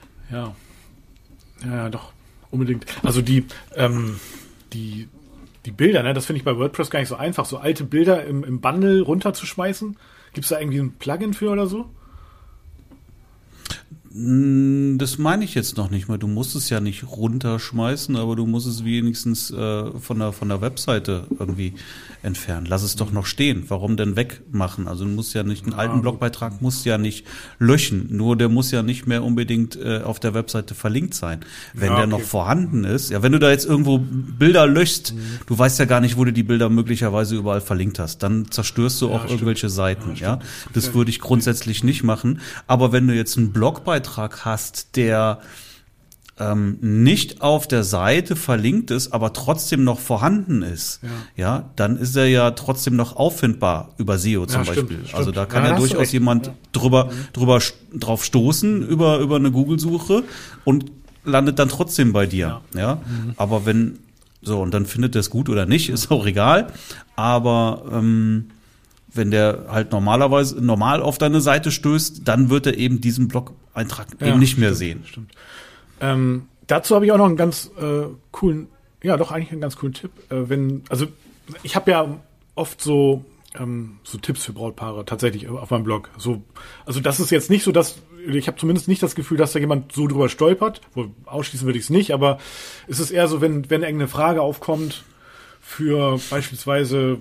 Ja, doch, unbedingt. Also die Bilder, ne, das finde ich bei WordPress gar nicht so einfach, so alte Bilder im Bundle runterzuschmeißen. Gibt es da irgendwie ein Plugin für oder so? Das meine ich jetzt noch nicht mal. Du musst es ja nicht runterschmeißen, aber du musst es wenigstens von der Webseite irgendwie entfernen. Lass es doch noch stehen. Warum denn wegmachen? Also du musst ja nicht einen alten Blogbeitrag musst ja nicht löschen. Nur der muss ja nicht mehr unbedingt auf der Webseite verlinkt sein. Wenn der noch vorhanden ist, wenn du da jetzt irgendwo Bilder löschst, du weißt ja gar nicht, wo du die Bilder möglicherweise überall verlinkt hast. Dann zerstörst du auch irgendwelche Seiten. Das würde ich grundsätzlich nicht machen. Aber wenn du jetzt einen Blogbeitrag hast, der nicht auf der Seite verlinkt ist, aber trotzdem noch vorhanden ist, dann ist er ja trotzdem noch auffindbar über SEO zum Beispiel. Stimmt. Also da kann ja durchaus jemand drauf stoßen über eine Google-Suche und landet dann trotzdem bei dir. Aber und dann findet er es gut oder nicht, ist auch egal. Aber wenn der halt normal auf deine Seite stößt, dann wird er eben diesen Blog-Eintrag eben nicht mehr sehen. Stimmt. Dazu habe ich auch noch einen ganz coolen Tipp. Ich habe ja oft so Tipps für Brautpaare tatsächlich auf meinem Blog. Also das ist jetzt nicht so, ich habe zumindest nicht das Gefühl, dass da jemand so drüber stolpert. Ausschließen würde ich es nicht, aber es ist eher so, wenn irgendeine Frage aufkommt für beispielsweise,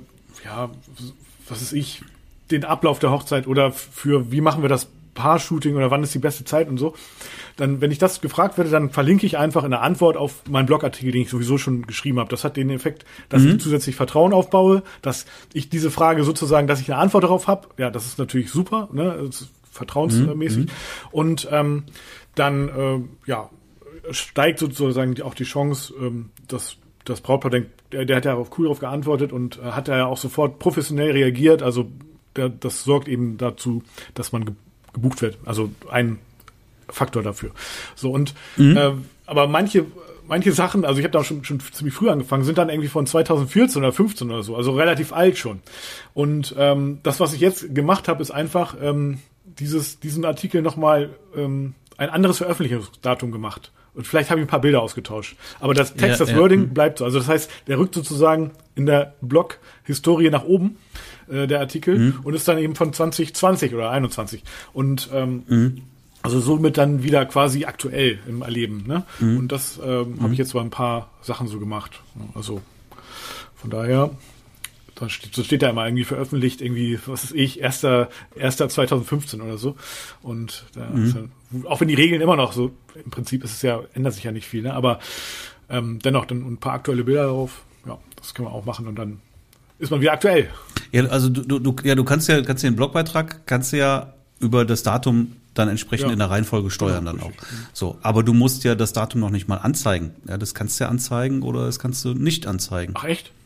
was weiß ich, den Ablauf der Hochzeit oder für wie machen wir das Paar-Shooting oder wann ist die beste Zeit und so, dann, wenn ich das gefragt werde, dann verlinke ich einfach in der Antwort auf meinen Blogartikel, den ich sowieso schon geschrieben habe. Das hat den Effekt, dass ich zusätzlich Vertrauen aufbaue, dass ich diese Frage sozusagen, dass ich eine Antwort darauf habe. Ja, das ist natürlich super, ne? Das ist vertrauensmäßig. Und dann steigt sozusagen auch die Chance, dass das Brautpaar denkt, der hat ja auch cool darauf geantwortet und hat ja auch sofort professionell reagiert. Also das sorgt eben dazu, dass man gebucht wird. Also ein Faktor dafür. So und aber manche Sachen, also ich habe da schon ziemlich früh angefangen, sind dann irgendwie von 2014 oder 15 oder so, also relativ alt schon. Und das, was ich jetzt gemacht habe, ist einfach diesen Artikel nochmal ein anderes Veröffentlichungsdatum gemacht. Und vielleicht habe ich ein paar Bilder ausgetauscht. Aber das Wording bleibt so. Also das heißt, der rückt sozusagen in der Blog-Historie nach oben, der Artikel, und ist dann eben von 2020 oder 21. Und also somit dann wieder quasi aktuell im Erleben. Ne? Und das habe ich jetzt bei ein paar Sachen so gemacht. Also von daher, da steht da immer irgendwie veröffentlicht, irgendwie, was weiß ich, 1. 2015 oder so. Und auch wenn die Regeln immer noch so, im Prinzip ändert sich ja nicht viel, ne? Aber dennoch dann ein paar aktuelle Bilder drauf. Ja, das kann man auch machen und dann ist man wieder aktuell. Ja, also du kannst den Blogbeitrag über das Datum dann entsprechend in der Reihenfolge steuern dann auch. So, aber du musst ja das Datum noch nicht mal anzeigen. Ja, das kannst du ja anzeigen oder das kannst du nicht anzeigen. Ach echt?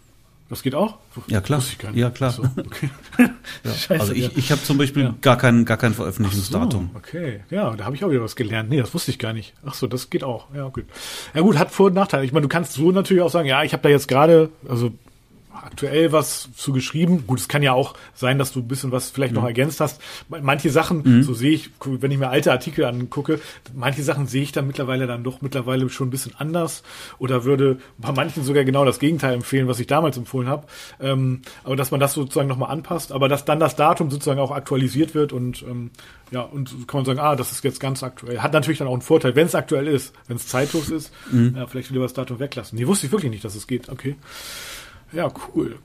Das geht auch? Ja, klar. Wusste ich gar nicht. Ja, klar. So, okay. Ja. Scheiße, Also ich habe zum Beispiel gar kein Veröffentlichungsdatum. Ach so, okay. Ja, da habe ich auch wieder was gelernt. Nee, das wusste ich gar nicht. Ach so, das geht auch. Ja, gut. Ja gut, hat Vor- und Nachteile. Ich meine, du kannst so natürlich auch sagen, ja, ich habe da jetzt gerade, also aktuell was zu geschrieben. Gut, es kann ja auch sein, dass du ein bisschen was vielleicht noch ergänzt hast. Manche Sachen, so sehe ich, wenn ich mir alte Artikel angucke, manche Sachen sehe ich dann mittlerweile schon ein bisschen anders oder würde bei manchen sogar genau das Gegenteil empfehlen, was ich damals empfohlen habe. Aber dass man das sozusagen nochmal anpasst, aber dass dann das Datum sozusagen auch aktualisiert wird und ja, und kann man sagen, das ist jetzt ganz aktuell. Hat natürlich dann auch einen Vorteil, wenn es aktuell ist, wenn es zeitlos ist, vielleicht lieber das Datum weglassen. Nee, wusste ich wirklich nicht, dass es geht. Okay. Ja, cool.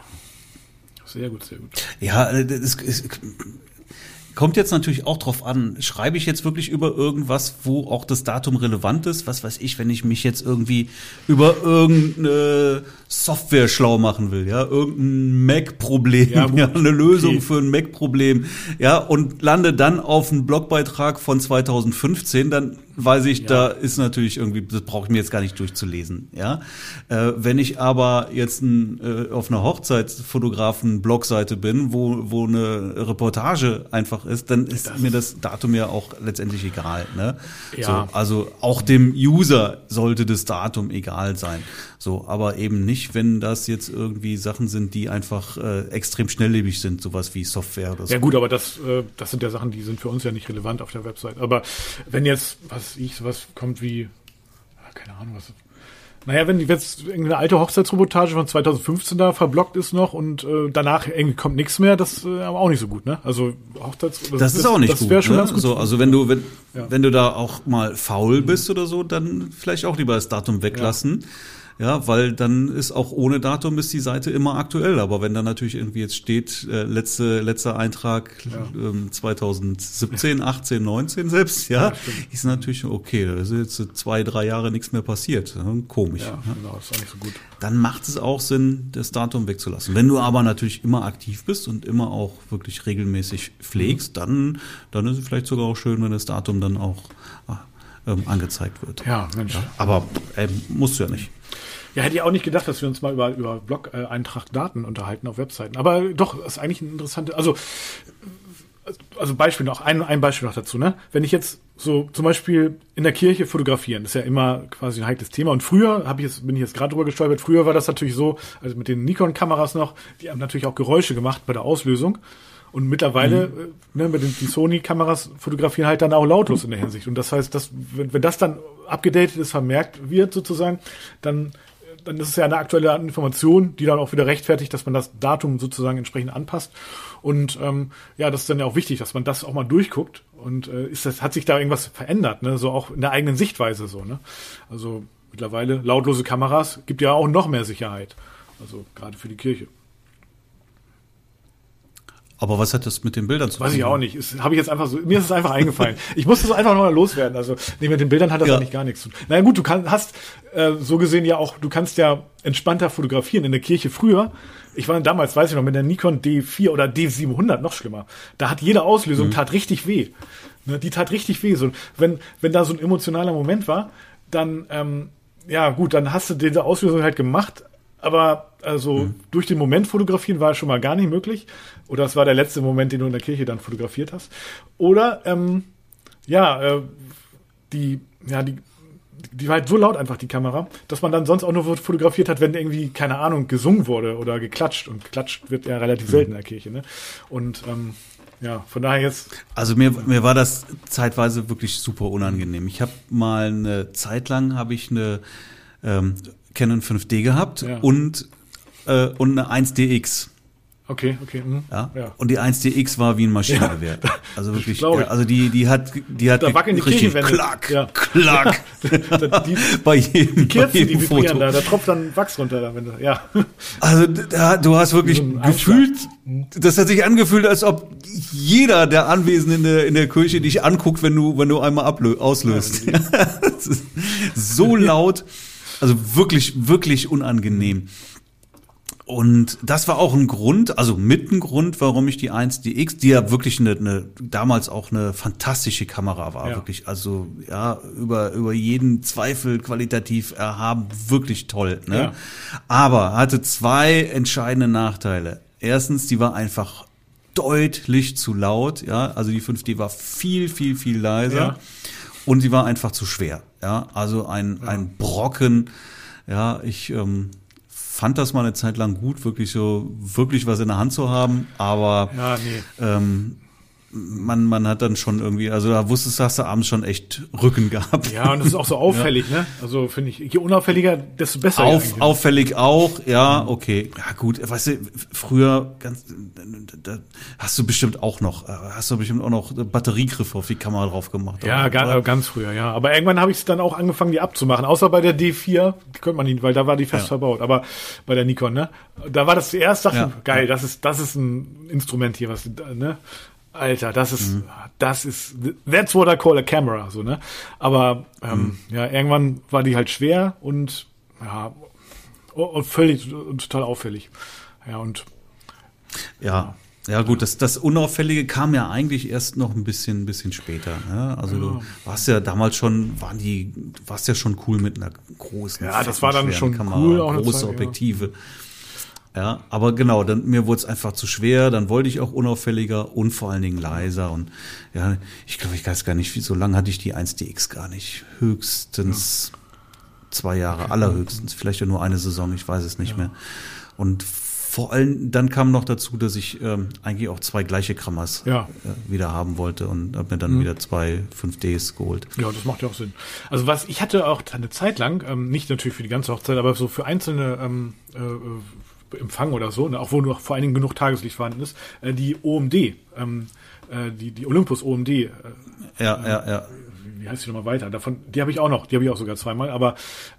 Sehr gut. Ja, es kommt jetzt natürlich auch drauf an, schreibe ich jetzt wirklich über irgendwas, wo auch das Datum relevant ist? Was weiß ich, wenn ich mich jetzt irgendwie über irgendeine Software schlau machen will, ja, irgendein Mac-Problem, eine Lösung für ein Mac-Problem, ja, und lande dann auf einen Blogbeitrag von 2015, dann weiß ich, da ist natürlich irgendwie, das brauche ich mir jetzt gar nicht durchzulesen, ja. Wenn ich aber jetzt auf einer Hochzeitsfotografen-Blogseite bin, wo eine Reportage einfach ist, dann ist mir das Datum ja auch letztendlich egal, ne? Ja. So, also auch dem User sollte das Datum egal sein. So, aber eben nicht, wenn das jetzt irgendwie Sachen sind, die einfach extrem schnelllebig sind, sowas wie Software oder so. Ja gut, aber das sind ja Sachen, die sind für uns ja nicht relevant auf der Website. Aber wenn jetzt, sowas kommt wie, keine Ahnung, wenn jetzt irgendeine alte Hochzeitsreportage von 2015 da verblockt ist noch und danach irgendwie kommt nichts mehr, das ist aber auch nicht so gut, ne? Also das ist auch nicht gut. Das wäre schon ganz gut. So, also wenn du da auch mal faul bist oder so, dann vielleicht auch lieber das Datum weglassen. Ja, weil dann ist auch ohne Datum ist die Seite immer aktuell. Aber wenn dann natürlich irgendwie jetzt steht, letzter Eintrag 2017, 18, 19 selbst, ist natürlich okay. Da ist jetzt 2-3 Jahre nichts mehr passiert. Komisch. Ja, genau, ist auch nicht so gut. Dann macht es auch Sinn, das Datum wegzulassen. Wenn du aber natürlich immer aktiv bist und immer auch wirklich regelmäßig pflegst, dann ist es vielleicht sogar auch schön, wenn das Datum dann auch angezeigt wird. Ja, Mensch. Ja, aber musst du ja nicht. Ja, hätte ich auch nicht gedacht, dass wir uns mal über Blog-Eintrag-Daten unterhalten auf Webseiten. Aber doch, ist eigentlich ein interessantes, also Beispiel noch, ein Beispiel noch dazu, ne? Wenn ich jetzt so zum Beispiel in der Kirche fotografieren, das ist ja immer quasi ein heikles Thema. Und früher bin ich jetzt gerade drüber gestolpert, früher war das natürlich so, also mit den Nikon-Kameras noch, die haben natürlich auch Geräusche gemacht bei der Auslösung. Und mittlerweile, die Sony-Kameras fotografieren halt dann auch lautlos in der Hinsicht. Und das heißt, wenn das dann abgedatet ist, vermerkt wird sozusagen, dann ist es ja eine aktuelle Information, die dann auch wieder rechtfertigt, dass man das Datum sozusagen entsprechend anpasst. Und das ist dann ja auch wichtig, dass man das auch mal durchguckt. Und hat sich da irgendwas verändert, ne? So auch in der eigenen Sichtweise so, ne? Also mittlerweile lautlose Kameras gibt ja auch noch mehr Sicherheit. Also gerade für die Kirche. Aber was hat das mit den Bildern zu tun? Weiß ich auch nicht. Mir ist es einfach eingefallen. Ich musste es einfach noch mal loswerden. Also, mit den Bildern hat das eigentlich gar nichts zu tun. Na gut, du hast so gesehen ja auch, du kannst ja entspannter fotografieren in der Kirche früher. Ich war damals, weiß ich noch, mit der Nikon D4 oder D700, noch schlimmer. Da hat jede Auslösung tat richtig weh. Ne, die tat richtig weh. So, wenn da so ein emotionaler Moment war, dann, dann hast du diese Auslösung halt gemacht. Aber durch den Moment fotografieren war schon mal gar nicht möglich. Oder es war der letzte Moment, den du in der Kirche dann fotografiert hast. Oder die war halt so laut einfach, die Kamera, dass man dann sonst auch nur fotografiert hat, wenn irgendwie, keine Ahnung, gesungen wurde oder geklatscht. Und geklatscht wird ja relativ selten in der Kirche, ne? Und von daher jetzt. Also mir war das zeitweise wirklich super unangenehm. Ich habe mal eine Zeit lang eine Canon 5D gehabt und eine 1DX. Okay. Ja. Und die 1DX war wie ein Maschinengewehr. Also wirklich, die hat da wackeln die richtig klack. Bei jedem, die Kerzen, bei jedem die Foto. da tropft dann Wachs runter. Also du hast wirklich so gefühlt, das hat sich angefühlt, als ob jeder der Anwesenden in der Kirche dich anguckt, wenn du einmal auslöst. Das ist so laut. Also wirklich, wirklich unangenehm. Und das war auch ein Grund, also mit ein Grund, warum ich die 1DX, die ja wirklich damals auch eine fantastische Kamera war, wirklich, also ja, über jeden Zweifel qualitativ erhaben, wirklich toll, ne? Ja. Aber hatte zwei entscheidende Nachteile. Erstens, die war einfach deutlich zu laut, ja, also die 5D war viel, viel, viel leiser, ja. Und sie war einfach zu schwer, ja, also ein Brocken, ja, ich fand das mal eine Zeit lang gut, wirklich was in der Hand zu haben, aber man hat dann schon irgendwie, also da hast du abends schon echt Rücken gehabt. Ja, und das ist auch so auffällig, ne? Also finde ich, je unauffälliger, desto besser. Auffällig auch, ja, okay. Ja gut, weißt du, früher da hast du bestimmt auch noch Batteriegriffe auf die Kamera drauf gemacht. Ja, ganz früher, ja. Aber irgendwann habe ich es dann auch angefangen, die abzumachen. Außer bei der D4, die konnte man nicht, weil da war die fest verbaut. Aber bei der Nikon, ne? Da war das zuerst, dachte ich, geil, das ist ein Instrument hier, was, ne? Alter, das ist, that's what I call a camera, so, ne? Aber, irgendwann war die halt schwer und, völlig, total auffällig. Ja, und. Ja. Ja, gut, das Unauffällige kam ja eigentlich erst noch ein bisschen später, ne? Also, du warst ja damals schon, warst ja schon cool mit einer großen, das war dann schon Kamera, cool, auch große Objektive. Ja, aber genau, mir wurde es einfach zu schwer, dann wollte ich auch unauffälliger und vor allen Dingen leiser und ja, ich glaube, ich weiß gar nicht, so lange hatte ich die 1DX gar nicht. Höchstens 2 Jahre, allerhöchstens, vielleicht ja nur eine Saison, ich weiß es nicht mehr. Und vor allem, dann kam noch dazu, dass ich eigentlich auch 2 gleiche Kameras wieder haben wollte und habe mir dann wieder 2 5Ds geholt. Ja, das macht ja auch Sinn. Also ich hatte auch eine Zeit lang, nicht natürlich für die ganze Hochzeit, aber so für einzelne Empfang oder so, ne, auch wo nur vor allen Dingen genug Tageslicht vorhanden ist, die OMD, die Olympus OMD. Wie heißt die nochmal weiter? Die habe ich auch noch, die habe ich auch sogar zweimal, aber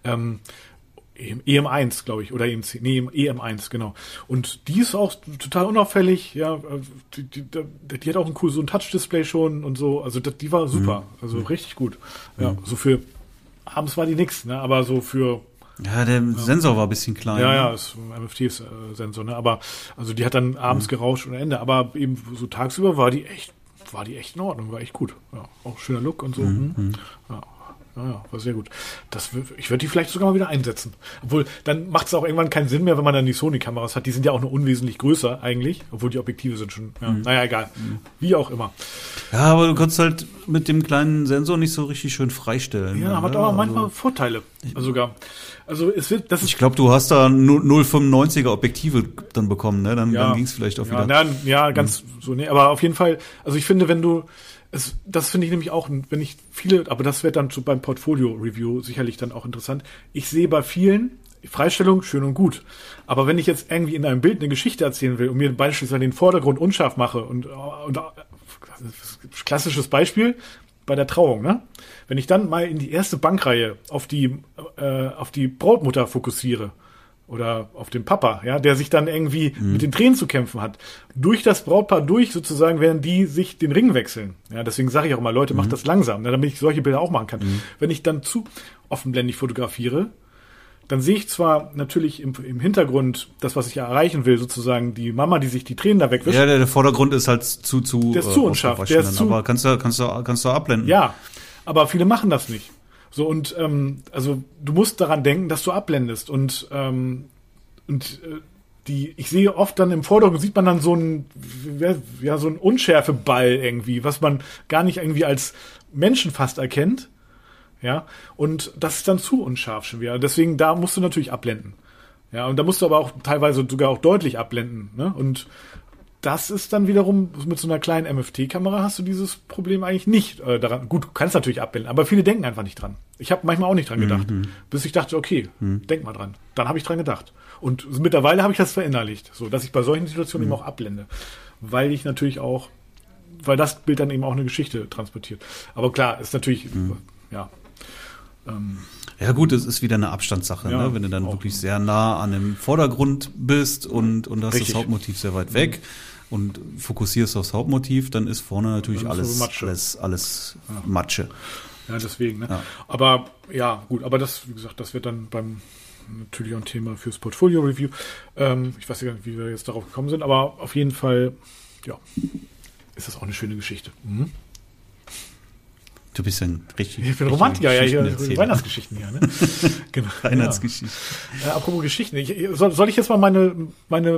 EM1, glaube ich, oder EMC, nee, EM1, genau. Und die ist auch total unauffällig, ja, die hat auch so ein Touch-Display schon und so, also die war super, also richtig gut. Ja, so für, abends war die nix, ne, aber so für. Ja, der Sensor war ein bisschen klein. Ja, ist ein MFT-Sensor, ne? Aber also die hat dann abends gerauscht ohne Ende. Aber eben so tagsüber war die echt in Ordnung, war echt gut. Ja, auch schöner Look und so. Ja, war sehr gut. Ich würde die vielleicht sogar mal wieder einsetzen. Obwohl, dann macht es auch irgendwann keinen Sinn mehr, wenn man dann die Sony-Kameras hat. Die sind ja auch nur unwesentlich größer eigentlich, obwohl die Objektive sind schon. Ja. Naja, egal. Wie auch immer. Ja, aber du kannst halt mit dem kleinen Sensor nicht so richtig schön freistellen. Ja, hat aber manchmal Vorteile. Ich glaube, du hast da 0,95er Objektive dann bekommen, ne? Dann ging es vielleicht auch wieder. Ganz so, ne? Aber auf jeden Fall, also ich finde, das finde ich nämlich auch, wenn ich viele, aber das wird dann beim Portfolio-Review sicherlich dann auch interessant. Ich sehe bei vielen Freistellung schön und gut. Aber wenn ich jetzt irgendwie in einem Bild eine Geschichte erzählen will und mir beispielsweise den Vordergrund unscharf mache und klassisches Beispiel bei der Trauung, ne? Wenn ich dann mal in die erste Bankreihe auf die Brautmutter fokussiere, oder auf den Papa, ja, der sich dann irgendwie mit den Tränen zu kämpfen hat. Durch das Brautpaar sozusagen, während die sich den Ring wechseln. Ja, deswegen sage ich auch mal, Leute, macht das langsam, ne, damit ich solche Bilder auch machen kann. Wenn ich dann zu offenblendig fotografiere, dann sehe ich zwar natürlich im Hintergrund das, was ich erreichen will, sozusagen die Mama, die sich die Tränen da wegwischt. Ja, der Vordergrund ist halt zu der ist zu unscharf. Der ist aber kannst du ablenden. Ja, aber viele machen das nicht. So, und also du musst daran denken, dass du abblendest. Ich sehe oft dann im Vordergrund, sieht man dann so ein Unschärfeball irgendwie, was man gar nicht irgendwie als Menschen fast erkennt. Ja, und das ist dann zu unscharf schon wieder. Deswegen, da musst du natürlich abblenden. Ja, und da musst du aber auch teilweise sogar auch deutlich abblenden. Ne? Und das ist dann wiederum, mit so einer kleinen MFT-Kamera hast du dieses Problem eigentlich nicht daran. Gut, du kannst natürlich abblenden, aber viele denken einfach nicht dran. Ich habe manchmal auch nicht dran gedacht, bis ich dachte, okay, denk mal dran. Dann habe ich dran gedacht. Und mittlerweile habe ich das verinnerlicht, so dass ich bei solchen Situationen eben auch abblende. Weil das Bild dann eben auch eine Geschichte transportiert. Aber klar, ist natürlich, ja gut, es ist wieder eine Abstandssache, ne? Wenn du dann wirklich sehr nah an dem Vordergrund bist und hast das Hauptmotiv sehr weit weg und fokussierst aufs Hauptmotiv, dann ist vorne natürlich alles Matsche. Ja, deswegen. Ne? Ja. Aber ja, gut, aber das, wie gesagt, das wird dann beim natürlich auch ein Thema fürs Portfolio-Review. Ich weiß gar nicht, wie wir jetzt darauf gekommen sind, aber auf jeden Fall, ja, ist das auch eine schöne Geschichte. Mhm. Du bist ein richtig. Ich bin Romantiker, ja, hier Weihnachtsgeschichten hier, ne? Genau. Weihnachtsgeschichten. Apropos Geschichten, soll ich jetzt mal meine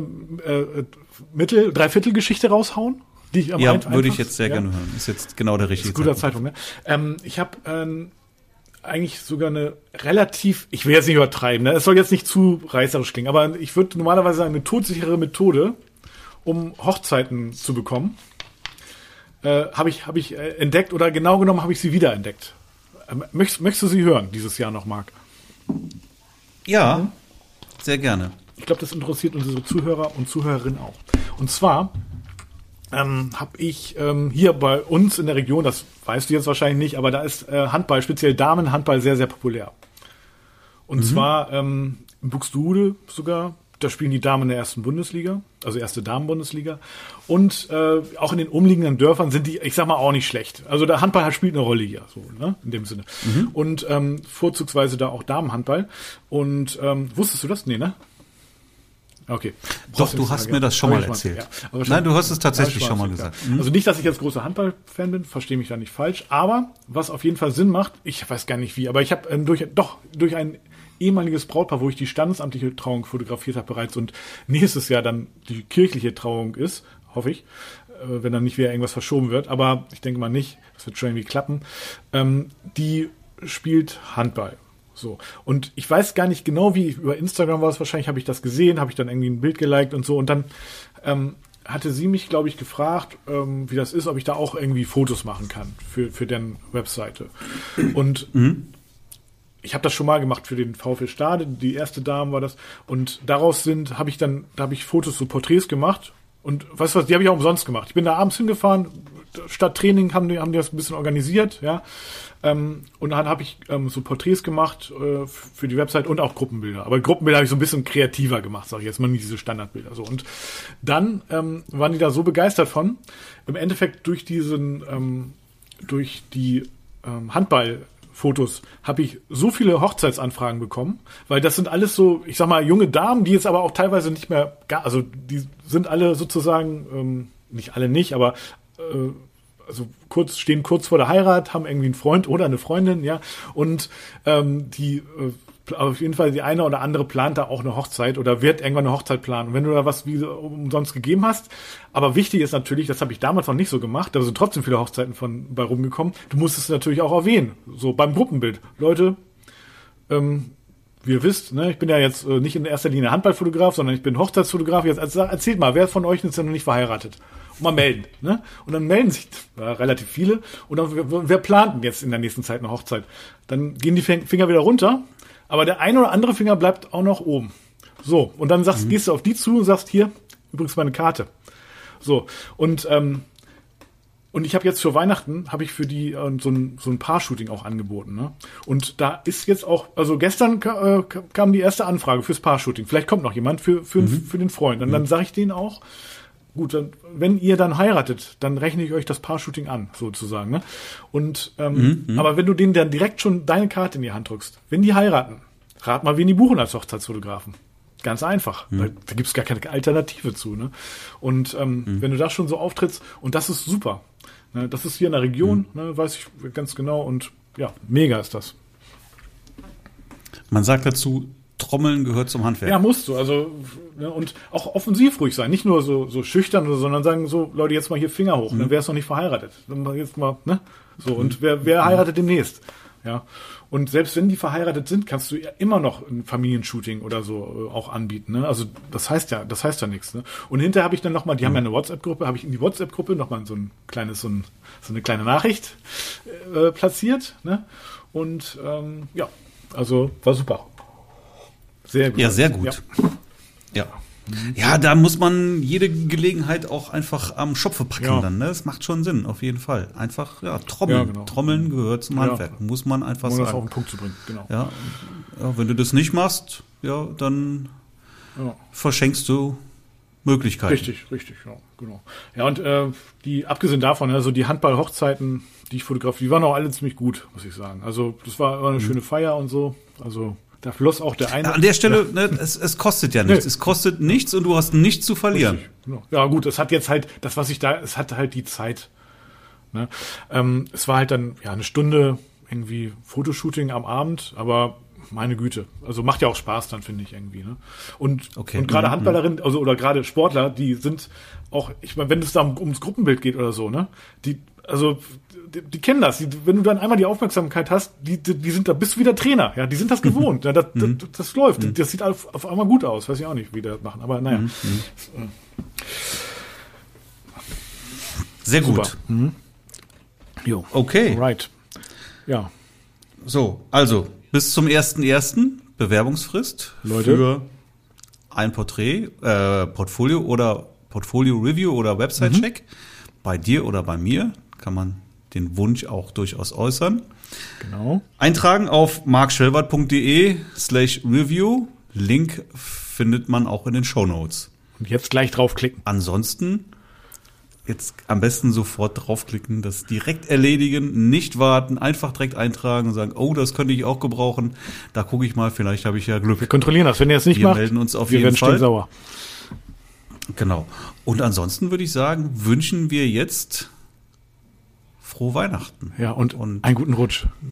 Dreiviertel-Geschichte raushauen? Die ich würde ich jetzt sehr gerne hören. Ist jetzt genau der richtige Zeitpunkt. Ne? Ich habe eigentlich sogar eine relativ, ich will jetzt nicht übertreiben, ne? Es soll jetzt nicht zu reißerisch klingen, aber ich würde normalerweise sagen, eine todsichere Methode, um Hochzeiten zu bekommen, habe ich entdeckt, oder genau genommen habe ich sie wiederentdeckt. Möchtest du sie hören dieses Jahr noch, Marc? Ja, sehr gerne. Ich glaube, das interessiert unsere Zuhörer und Zuhörerinnen auch. Und zwar habe ich hier bei uns in der Region, das weißt du jetzt wahrscheinlich nicht, aber da ist Handball, speziell Damenhandball, sehr, sehr populär. Und zwar in Buxtehude sogar, da spielen die Damen in der ersten Bundesliga, also erste Damen-Bundesliga. Und auch in den umliegenden Dörfern sind die, ich sag mal, auch nicht schlecht. Also der Handball spielt eine Rolle hier, so, ne, in dem Sinne. Und vorzugsweise da auch Damenhandball. Und wusstest du das? Nee, ne? Okay. Doch, du hast mir das schon mal erzählt. Ja. Nein, du hast es tatsächlich schon mal gesagt. Ja. Also nicht, dass ich jetzt großer Handball-Fan bin, verstehe mich da nicht falsch, aber was auf jeden Fall Sinn macht, ich weiß gar nicht wie, aber ich habe durch ein ehemaliges Brautpaar, wo ich die standesamtliche Trauung fotografiert habe bereits und nächstes Jahr dann die kirchliche Trauung ist, hoffe ich, wenn dann nicht wieder irgendwas verschoben wird, aber ich denke mal nicht, das wird schon irgendwie klappen, die spielt Handball. So. Und ich weiß gar nicht genau, wie, über Instagram war es wahrscheinlich, habe ich das gesehen, habe ich dann irgendwie ein Bild geliked und so. Und dann hatte sie mich, glaube ich, gefragt, wie das ist, ob ich da auch irgendwie Fotos machen kann für deren Webseite. Und ich habe das schon mal gemacht für den VfL Stade, die erste Dame war das. Und daraus habe ich Fotos, so Porträts gemacht. Und weißt du was, die habe ich auch umsonst gemacht. Ich bin da abends hingefahren, statt Training haben die das ein bisschen organisiert, ja. Und dann habe ich so Porträts gemacht für die Website und auch Gruppenbilder. Aber Gruppenbilder habe ich so ein bisschen kreativer gemacht, sage ich jetzt mal, nicht diese Standardbilder. So. Und dann waren die da so begeistert von. Im Endeffekt durch die Handballfotos habe ich so viele Hochzeitsanfragen bekommen, weil das sind alles so, ich sag mal, junge Damen, die jetzt aber auch teilweise nicht mehr, also die sind alle sozusagen, nicht alle nicht, aber also stehen kurz vor der Heirat, haben irgendwie einen Freund oder eine Freundin, ja, und die auf jeden Fall die eine oder andere plant da auch eine Hochzeit oder wird irgendwann eine Hochzeit planen. Und wenn du da was wie umsonst gegeben hast, aber wichtig ist natürlich, das habe ich damals noch nicht so gemacht, da sind trotzdem viele Hochzeiten bei rumgekommen, du musst es natürlich auch erwähnen, so beim Gruppenbild. Leute, wie ihr wisst, ne, ich bin ja jetzt nicht in erster Linie Handballfotograf, sondern ich bin Hochzeitsfotograf. Jetzt erzählt mal, wer von euch ist denn noch nicht verheiratet? Und mal melden, ne? Und dann melden sich relativ viele. Und dann, wer plant denn jetzt in der nächsten Zeit eine Hochzeit? Dann gehen die Finger wieder runter, aber der eine oder andere Finger bleibt auch noch oben. So, und dann gehst du auf die zu und sagst, hier, übrigens meine Karte. So, und ich habe jetzt für Weihnachten, habe ich für die so ein Paar-Shooting auch angeboten. Ne? Und da ist jetzt auch, also gestern kam die erste Anfrage fürs Paar-Shooting. Vielleicht kommt noch jemand für den Freund. Und dann sage ich denen auch, gut, dann, wenn ihr dann heiratet, dann rechne ich euch das Paar-Shooting an, sozusagen. Ne? Und aber wenn du denen dann direkt schon deine Karte in die Hand drückst, wenn die heiraten, rat mal, wen die buchen als Hochzeitsfotografen. Ganz einfach. Da gibt es gar keine Alternative zu. Ne? Und wenn du da schon so auftrittst, und das ist super. Ne? Das ist hier in der Region, ne, weiß ich ganz genau. Und ja, mega ist das. Man sagt dazu, Trommeln gehört zum Handwerk. Ja, musst du. Also, ne, und auch offensiv ruhig sein. Nicht nur so schüchtern, sondern sagen so, Leute, jetzt mal hier Finger hoch. Dann wer ist noch nicht verheiratet? Dann jetzt mal, ne? So, und wer heiratet demnächst? Ja. Und selbst wenn die verheiratet sind, kannst du ja immer noch ein Familienshooting oder so auch anbieten. Ne? Also das heißt ja nichts. Ne? Und hinterher habe ich dann nochmal, die haben ja eine WhatsApp-Gruppe, habe ich in die WhatsApp-Gruppe nochmal so eine kleine Nachricht platziert. Ne? Und ja, also war super. Sehr gut. Ja, sehr gut. Ja. Ja, da muss man jede Gelegenheit auch einfach am Schopfe packen dann, ne? Das macht schon Sinn, auf jeden Fall. Einfach, trommeln. Ja, genau. Trommeln gehört zum Handwerk. Muss man einfach sagen. Um das auf den Punkt zu bringen, genau. Ja, wenn du das nicht machst, dann verschenkst du Möglichkeiten. Richtig, ja, genau. Ja, und abgesehen davon, also die Handball-Hochzeiten, die ich fotografiere, die waren auch alle ziemlich gut, muss ich sagen. Also das war immer eine schöne Feier und so. Also Da floss auch der eine. Ja, an der Stelle, ne, es kostet ja nichts. Nee. Es kostet nichts und du hast nichts zu verlieren. Genau. Ja gut, es hat jetzt halt, das was ich da, es hat halt die Zeit. Ne? Es war halt dann eine Stunde irgendwie Fotoshooting am Abend, aber meine Güte, also macht ja auch Spaß dann, finde ich irgendwie. Ne? Und gerade Handballerinnen, also oder gerade Sportler, die sind auch, ich meine, wenn es da ums Gruppenbild geht oder so, ne, die kennen das. Wenn du dann einmal die Aufmerksamkeit hast, die sind da, bist du wieder Trainer, ja, die sind das gewohnt. Ja, das läuft. Das sieht auf einmal gut aus. Weiß ich auch nicht, wie die das machen, aber naja. Sehr gut. Jo. Okay. Right. Ja. So, also bis zum 1.1. Bewerbungsfrist Leute. Für ein Porträt, Portfolio oder Portfolio-Review oder Website-Check. Bei dir oder bei mir kann man den Wunsch auch durchaus äußern. Genau. Eintragen auf markschellwardt.de/review. Link findet man auch in den Shownotes. Und jetzt gleich draufklicken. Ansonsten jetzt am besten sofort draufklicken, das direkt erledigen, nicht warten, einfach direkt eintragen und sagen, oh, das könnte ich auch gebrauchen. Da gucke ich mal, vielleicht habe ich ja Glück. Wir kontrollieren das, wenn ihr es nicht macht. Wir melden uns auf jeden Fall. Wir werden sauer. Genau. Und ansonsten würde ich sagen, wünschen wir jetzt frohe Weihnachten. Ja, und einen guten Rutsch.